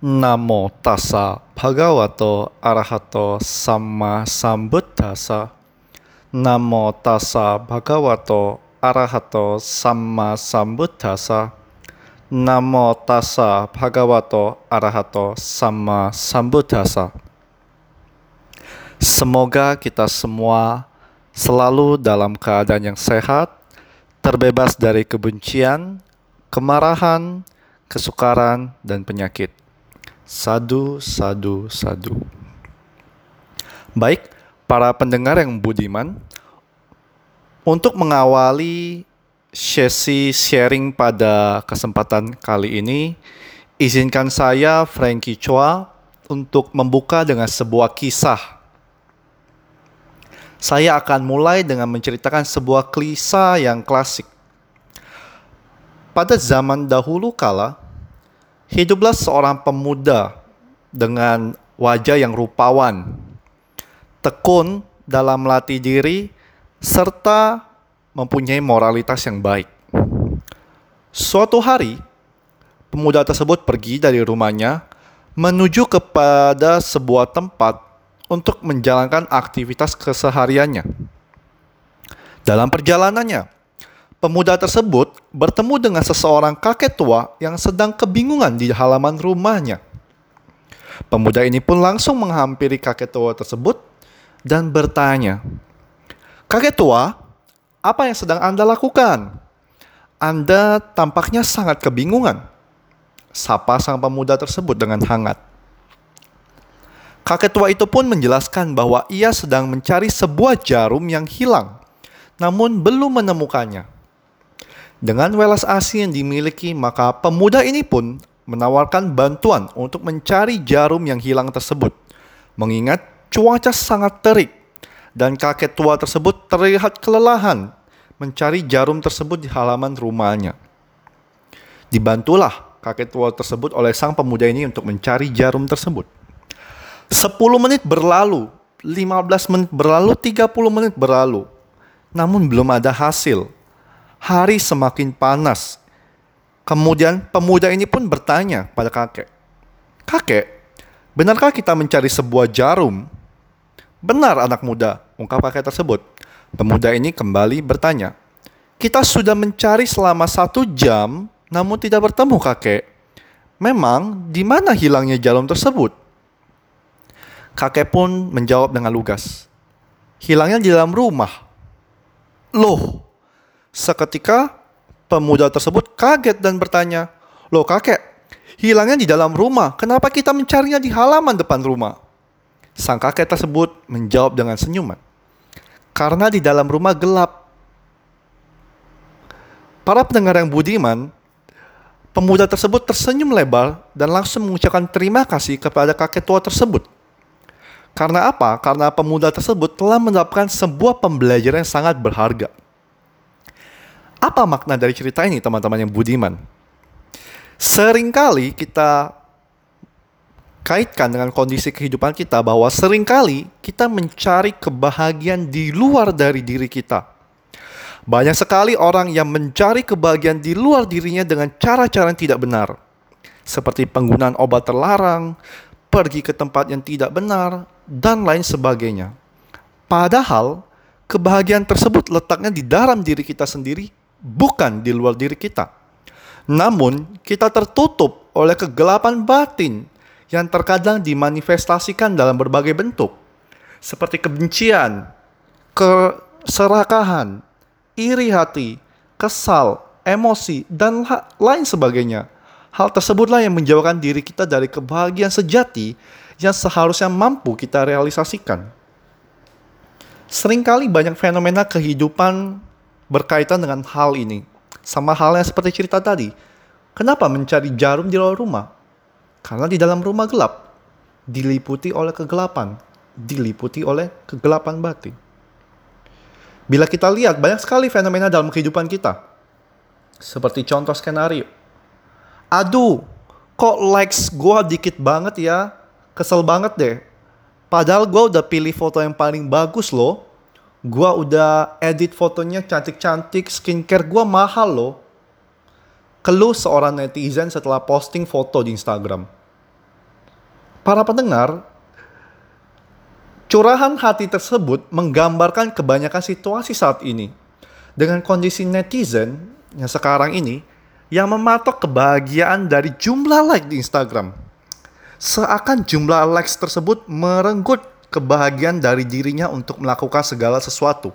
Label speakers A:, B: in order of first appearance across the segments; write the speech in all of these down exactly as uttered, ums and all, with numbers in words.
A: Namo tassa bhagavato arahato samma sambuddhassa. Namo tassa bhagavato arahato samma sambuddhassa. Namo tassa bhagavato arahato samma sambuddhassa. Semoga kita semua selalu dalam keadaan yang sehat, terbebas dari kebencian, kemarahan, kesukaran, dan penyakit. Sadu, sadu, sadu. Baik, para pendengar yang budiman, untuk mengawali sesi sharing pada kesempatan kali ini, izinkan saya, Frankie Chua, untuk membuka dengan sebuah kisah. Saya akan mulai dengan menceritakan sebuah kisah yang klasik. Pada zaman dahulu kala, hiduplah seorang pemuda dengan wajah yang rupawan, tekun dalam melatih diri, serta mempunyai moralitas yang baik. Suatu hari, pemuda tersebut pergi dari rumahnya menuju kepada sebuah tempat untuk menjalankan aktivitas kesehariannya. Dalam perjalanannya, pemuda tersebut bertemu dengan seseorang kakek tua yang sedang kebingungan di halaman rumahnya. Pemuda ini pun langsung menghampiri kakek tua tersebut dan bertanya, "Kakek tua, apa yang sedang Anda lakukan? Anda tampaknya sangat kebingungan," sapa sang pemuda tersebut dengan hangat. Kakek tua itu pun menjelaskan bahwa ia sedang mencari sebuah jarum yang hilang, namun belum menemukannya. Dengan welas asih yang dimiliki, maka pemuda ini pun menawarkan bantuan untuk mencari jarum yang hilang tersebut. Mengingat cuaca sangat terik dan kakek tua tersebut terlihat kelelahan mencari jarum tersebut di halaman rumahnya. Dibantulah kakek tua tersebut oleh sang pemuda ini untuk mencari jarum tersebut. Sepuluh menit berlalu, lima belas menit berlalu, tiga puluh menit berlalu. Namun belum ada hasil. Hari semakin panas. Kemudian pemuda ini pun bertanya pada kakek, "Kakek, benarkah kita mencari sebuah jarum?" "Benar, anak muda," ungkap kakek tersebut. Pemuda ini kembali bertanya, "Kita sudah mencari selama satu jam, namun tidak bertemu, kakek. Memang di mana hilangnya jarum tersebut?" Kakek pun menjawab dengan lugas, "Hilangnya di dalam rumah." Loh, seketika pemuda tersebut kaget dan bertanya, "Loh kakek, hilangnya di dalam rumah, kenapa kita mencarinya di halaman depan rumah?" Sang kakek tersebut menjawab dengan senyuman, "Karena di dalam rumah gelap." Para pendengar yang budiman, pemuda tersebut tersenyum lebar dan langsung mengucapkan terima kasih kepada kakek tua tersebut. Karena apa? Karena pemuda tersebut telah mendapatkan sebuah pembelajaran yang sangat berharga. Apa makna dari cerita ini, teman-teman yang budiman? Seringkali kita kaitkan dengan kondisi kehidupan kita bahwa seringkali kita mencari kebahagiaan di luar dari diri kita. Banyak sekali orang yang mencari kebahagiaan di luar dirinya dengan cara-cara yang tidak benar. Seperti penggunaan obat terlarang, pergi ke tempat yang tidak benar, dan lain sebagainya. Padahal, kebahagiaan tersebut letaknya di dalam diri kita sendiri, bukan di luar diri kita. Namun, kita tertutup oleh kegelapan batin yang terkadang dimanifestasikan dalam berbagai bentuk, seperti kebencian, keserakahan, iri hati, kesal, emosi, dan lain sebagainya. Hal tersebutlah yang menjauhkan diri kita dari kebahagiaan sejati yang seharusnya mampu kita realisasikan. Seringkali banyak fenomena kehidupan berkaitan dengan hal ini. Sama halnya seperti cerita tadi. Kenapa mencari jarum di luar rumah? Karena di dalam rumah gelap, diliputi oleh kegelapan, diliputi oleh kegelapan batin. Bila kita lihat banyak sekali fenomena dalam kehidupan kita. Seperti contoh skenario. "Aduh, kok likes gue dikit banget ya? Kesel banget deh. Padahal gue udah pilih foto yang paling bagus loh. Gue udah edit fotonya cantik-cantik, skincare gue mahal loh." Keluh seorang netizen setelah posting foto di Instagram. Para pendengar, curahan hati tersebut menggambarkan kebanyakan situasi saat ini. Dengan kondisi netizen yang sekarang ini, yang mematok kebahagiaan dari jumlah like di Instagram. Seakan jumlah likes tersebut merenggut kebahagiaan dari dirinya untuk melakukan segala sesuatu.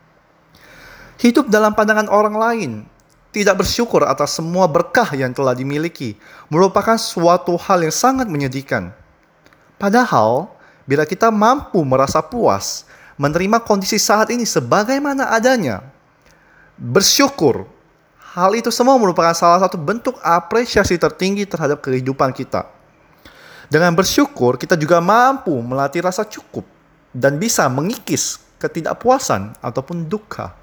A: Hidup dalam pandangan orang lain, tidak bersyukur atas semua berkah yang telah dimiliki, merupakan suatu hal yang sangat menyedihkan. Padahal, bila kita mampu merasa puas, menerima kondisi saat ini sebagaimana adanya, bersyukur, hal itu semua merupakan salah satu bentuk apresiasi tertinggi terhadap kehidupan kita. Dengan bersyukur, kita juga mampu melatih rasa cukup dan bisa mengikis ketidakpuasan ataupun duka.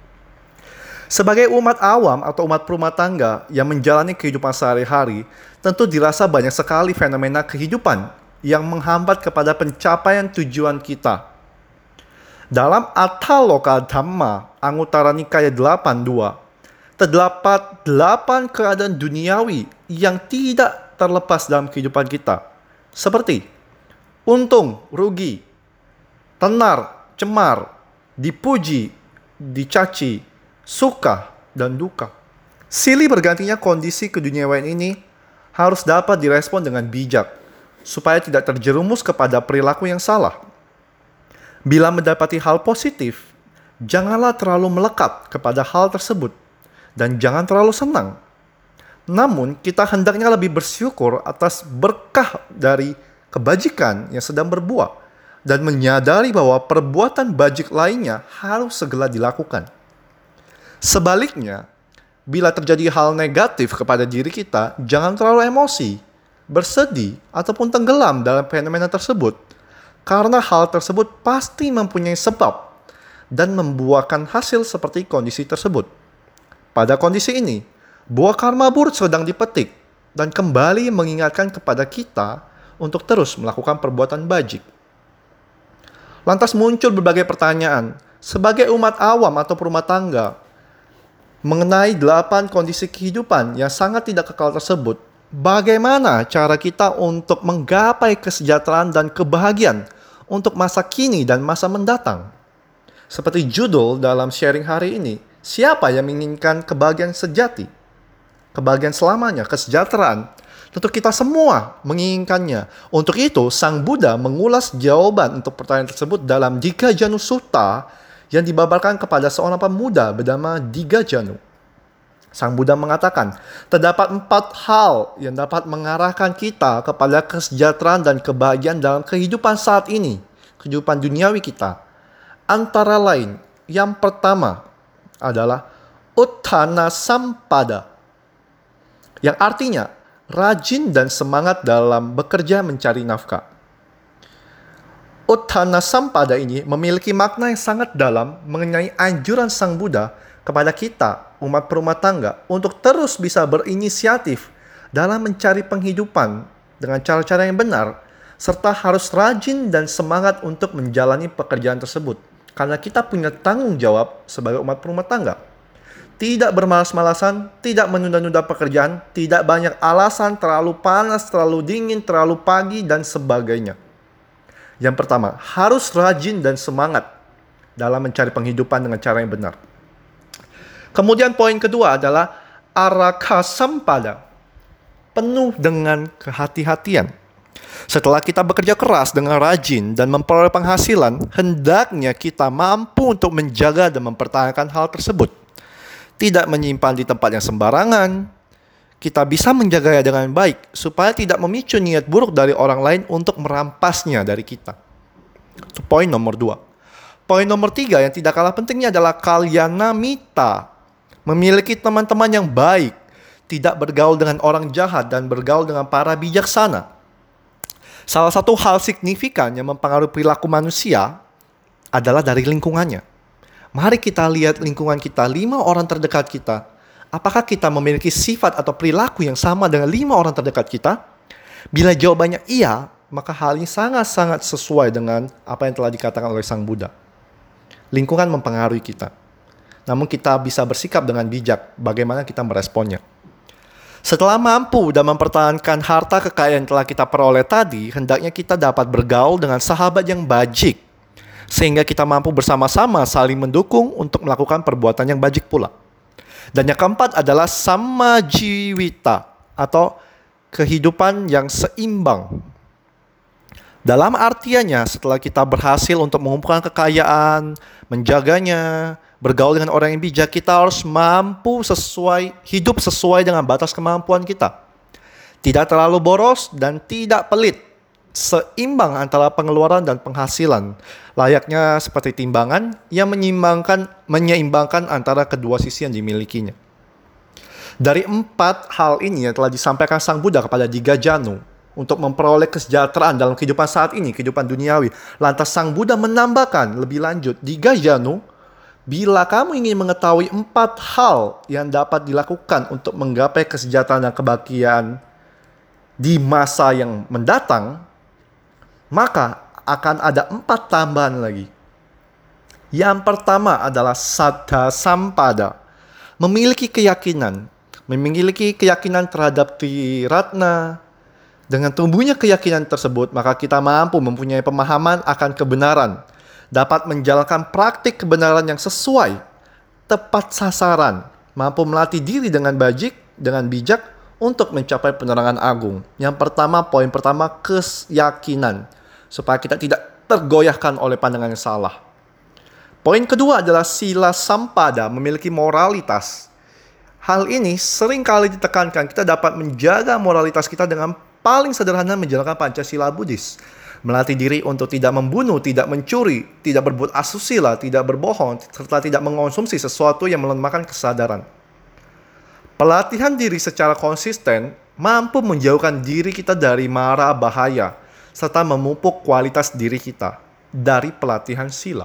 A: Sebagai umat awam atau umat rumah tangga yang menjalani kehidupan sehari-hari, tentu dirasa banyak sekali fenomena kehidupan yang menghambat kepada pencapaian tujuan kita. Dalam Attaloka Dhamma, Anguttara Nikaya delapan dua, terdapat delapan keadaan duniawi yang tidak terlepas dalam kehidupan kita. Seperti untung, rugi, tenar, cemar, dipuji, dicaci, suka, dan duka. Silih bergantinya kondisi keduniawian ini harus dapat direspon dengan bijak, supaya tidak terjerumus kepada perilaku yang salah. Bila mendapati hal positif, janganlah terlalu melekat kepada hal tersebut, dan jangan terlalu senang. Namun, kita hendaknya lebih bersyukur atas berkah dari kebajikan yang sedang berbuah, dan menyadari bahwa perbuatan bajik lainnya harus segera dilakukan. Sebaliknya, bila terjadi hal negatif kepada diri kita, jangan terlalu emosi, bersedih, ataupun tenggelam dalam fenomena tersebut, karena hal tersebut pasti mempunyai sebab dan membuahkan hasil seperti kondisi tersebut. Pada kondisi ini, buah karma buruk sedang dipetik dan kembali mengingatkan kepada kita untuk terus melakukan perbuatan bajik. Lantas muncul berbagai pertanyaan sebagai umat awam atau rumah tangga mengenai delapan kondisi kehidupan yang sangat tidak kekal tersebut. Bagaimana cara kita untuk menggapai kesejahteraan dan kebahagiaan untuk masa kini dan masa mendatang? Seperti judul dalam sharing hari ini, siapa yang menginginkan kebahagiaan sejati? Kebahagiaan selamanya, kesejahteraan. Tentu kita semua menginginkannya. Untuk itu, Sang Buddha mengulas jawaban untuk pertanyaan tersebut dalam Digajanu Sutta yang dibabarkan kepada seorang pemuda bernama Digajanu. Sang Buddha mengatakan, terdapat empat hal yang dapat mengarahkan kita kepada kesejahteraan dan kebahagiaan dalam kehidupan saat ini, kehidupan duniawi kita. Antara lain, yang pertama adalah Utthana Sampada, yang artinya rajin dan semangat dalam bekerja mencari nafkah. Utthana Sampada ini memiliki makna yang sangat dalam mengenai anjuran Sang Buddha kepada kita, umat perumah tangga, untuk terus bisa berinisiatif dalam mencari penghidupan dengan cara-cara yang benar, serta harus rajin dan semangat untuk menjalani pekerjaan tersebut. Karena kita punya tanggung jawab sebagai umat perumah tangga. Tidak bermalas-malasan, tidak menunda-nunda pekerjaan, tidak banyak alasan terlalu panas, terlalu dingin, terlalu pagi, dan sebagainya. Yang pertama, harus rajin dan semangat dalam mencari penghidupan dengan cara yang benar. Kemudian poin kedua adalah Araka Sampada, penuh dengan kehati-hatian. Setelah kita bekerja keras dengan rajin dan memperoleh penghasilan, hendaknya kita mampu untuk menjaga dan mempertahankan hal tersebut. Tidak menyimpan di tempat yang sembarangan. Kita bisa menjaganya dengan baik supaya tidak memicu niat buruk dari orang lain untuk merampasnya dari kita. Itu poin nomor dua. Poin nomor tiga yang tidak kalah pentingnya adalah Kalyana Mita. Memiliki teman-teman yang baik, tidak bergaul dengan orang jahat dan bergaul dengan para bijaksana. Salah satu hal signifikan yang mempengaruhi perilaku manusia adalah dari lingkungannya. Mari kita lihat lingkungan kita, lima orang terdekat kita. Apakah kita memiliki sifat atau perilaku yang sama dengan lima orang terdekat kita? Bila jawabannya iya, maka hal ini sangat-sangat sesuai dengan apa yang telah dikatakan oleh Sang Buddha. Lingkungan mempengaruhi kita. Namun kita bisa bersikap dengan bijak bagaimana kita meresponnya. Setelah mampu dan mempertahankan harta kekayaan yang telah kita peroleh tadi, hendaknya kita dapat bergaul dengan sahabat yang bajik, sehingga kita mampu bersama-sama saling mendukung untuk melakukan perbuatan yang bajik pula. Dan yang keempat adalah samajiwita atau kehidupan yang seimbang. Dalam artiannya, setelah kita berhasil untuk mengumpulkan kekayaan, menjaganya, bergaul dengan orang yang bijak, kita harus mampu sesuai, hidup sesuai dengan batas kemampuan kita. Tidak terlalu boros dan tidak pelit. Seimbang antara pengeluaran dan penghasilan. Layaknya seperti timbangan yang menyeimbangkan, menyeimbangkan antara kedua sisi yang dimilikinya. Dari empat hal ini yang telah disampaikan Sang Buddha kepada Digajanu untuk memperoleh kesejahteraan dalam kehidupan saat ini, kehidupan duniawi. Lantas Sang Buddha menambahkan lebih lanjut, Digajanu, bila kamu ingin mengetahui empat hal yang dapat dilakukan untuk menggapai kesejahteraan dan kebahagiaan di masa yang mendatang, maka akan ada empat tambahan lagi. Yang pertama adalah saddha sampada, memiliki keyakinan, memiliki keyakinan terhadap Triratna. Dengan tumbuhnya keyakinan tersebut, maka kita mampu mempunyai pemahaman akan kebenaran, dapat menjalankan praktik kebenaran yang sesuai, tepat sasaran, mampu melatih diri dengan bajik, dengan bijak untuk mencapai penerangan agung. Yang pertama, poin pertama, keyakinan, supaya kita tidak tergoyahkan oleh pandangan yang salah. Poin kedua adalah sila sampada, memiliki moralitas. Hal ini sering kali ditekankan, kita dapat menjaga moralitas kita dengan paling sederhana menjalankan Pancasila Buddhis. Melatih diri untuk tidak membunuh, tidak mencuri, tidak berbuat asusila, tidak berbohong, serta tidak mengonsumsi sesuatu yang melemahkan kesadaran. Pelatihan diri secara konsisten mampu menjauhkan diri kita dari mara bahaya, serta memupuk kualitas diri kita dari pelatihan sila.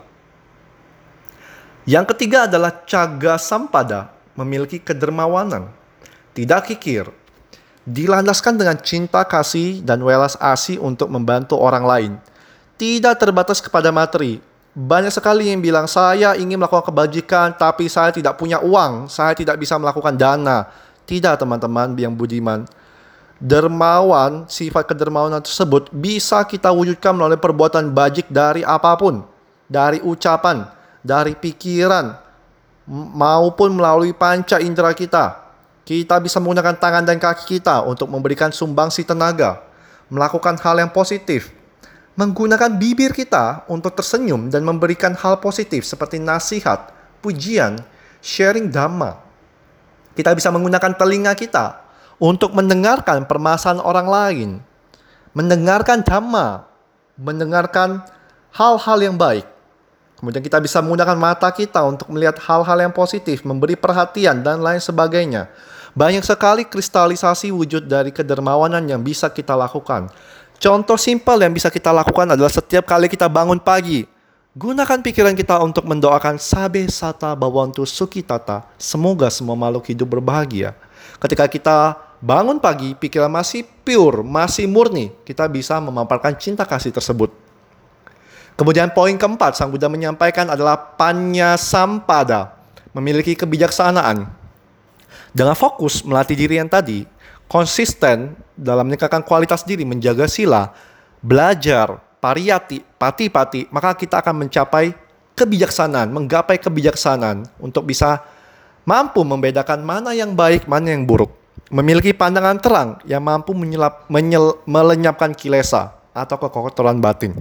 A: Yang ketiga adalah caga sampada, memiliki kedermawanan, tidak kikir, dilandaskan dengan cinta kasih dan welas asih untuk membantu orang lain. Tidak terbatas kepada materi. Banyak sekali yang bilang, saya ingin melakukan kebajikan tapi saya tidak punya uang, saya tidak bisa melakukan dana. Tidak, teman-teman yang budiman. Dermawan, sifat kedermawanan tersebut bisa kita wujudkan melalui perbuatan bajik dari apapun. Dari ucapan, dari pikiran, maupun melalui panca indera kita. Kita bisa menggunakan tangan dan kaki kita untuk memberikan sumbangsi tenaga, melakukan hal yang positif, menggunakan bibir kita untuk tersenyum dan memberikan hal positif seperti nasihat, pujian, sharing dhamma. Kita bisa menggunakan telinga kita untuk mendengarkan permasalahan orang lain, mendengarkan dhamma, mendengarkan hal-hal yang baik. Kemudian kita bisa menggunakan mata kita untuk melihat hal-hal yang positif, memberi perhatian, dan lain sebagainya. Banyak sekali kristalisasi wujud dari kedermawanan yang bisa kita lakukan. Contoh simpel yang bisa kita lakukan adalah setiap kali kita bangun pagi, gunakan pikiran kita untuk mendoakan Sabe Sata Bhavantu Sukhitata, semoga semua makhluk hidup berbahagia. Ketika kita bangun pagi, pikiran masih pure, masih murni, kita bisa memaparkan cinta kasih tersebut. Kemudian poin keempat, Sang Buddha menyampaikan adalah Panya Sampada, memiliki kebijaksanaan. Dengan fokus melatih diri yang tadi, konsisten dalam meningkatkan kualitas diri, menjaga sila, belajar, pariyati, pati-pati, maka kita akan mencapai kebijaksanaan, menggapai kebijaksanaan untuk bisa mampu membedakan mana yang baik, mana yang buruk. Memiliki pandangan terang yang mampu menyelap, menyel, melenyapkan kilesa atau kekotoran batin.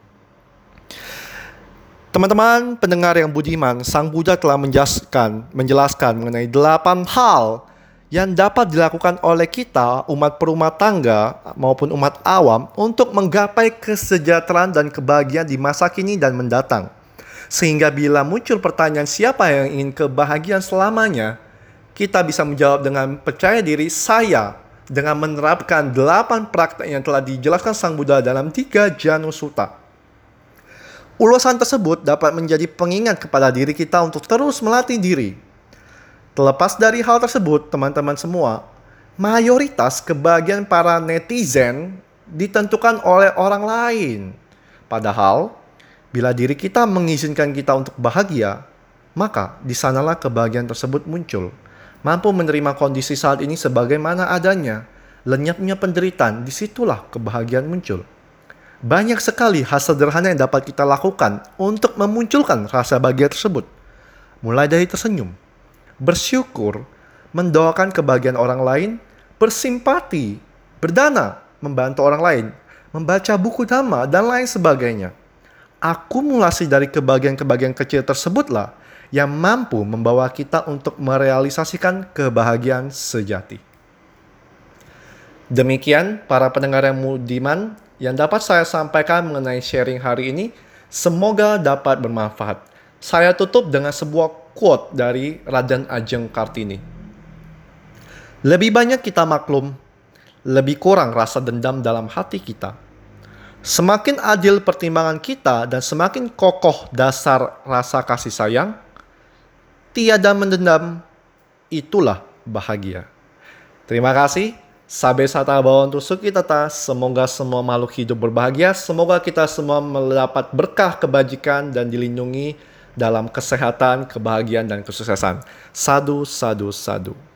A: Teman-teman pendengar yang budiman, Sang Buddha telah menjelaskan, menjelaskan mengenai delapan hal yang dapat dilakukan oleh kita, umat perumah tangga maupun umat awam, untuk menggapai kesejahteraan dan kebahagiaan di masa kini dan mendatang. Sehingga bila muncul pertanyaan siapa yang ingin kebahagiaan selamanya, kita bisa menjawab dengan percaya diri, saya, dengan menerapkan delapan praktek yang telah dijelaskan Sang Buddha dalam tiga Janu Sutta. Ulasan tersebut dapat menjadi pengingat kepada diri kita untuk terus melatih diri. Terlepas dari hal tersebut, teman-teman semua, mayoritas kebahagiaan para netizen ditentukan oleh orang lain. Padahal, bila diri kita mengizinkan kita untuk bahagia, maka di sanalah kebahagiaan tersebut muncul. mampu menerima kondisi saat ini sebagaimana adanya, lenyapnya penderitaan, disitulah kebahagiaan muncul. Banyak sekali hal sederhana yang dapat kita lakukan untuk memunculkan rasa bahagia tersebut. Mulai dari tersenyum, bersyukur, mendoakan kebahagiaan orang lain, bersimpati, berdana, membantu orang lain, membaca buku dhamma, dan lain sebagainya. Akumulasi dari kebahagiaan-kebahagiaan kecil tersebutlah yang mampu membawa kita untuk merealisasikan kebahagiaan sejati. Demikian para pendengar yang budiman yang dapat saya sampaikan mengenai sharing hari ini. Semoga dapat bermanfaat. Saya tutup dengan sebuah quote dari Raden Ajeng Kartini. Lebih banyak kita maklum, lebih kurang rasa dendam dalam hati kita. Semakin adil pertimbangan kita dan semakin kokoh dasar rasa kasih sayang, tiada mendendam, itulah bahagia. Terima kasih. Sabe sata bawantu suki tata. Semoga semua makhluk hidup berbahagia. Semoga kita semua mendapat berkah kebajikan dan dilindungi dalam kesehatan, kebahagiaan, dan kesuksesan. Sadu, sadu, sadu.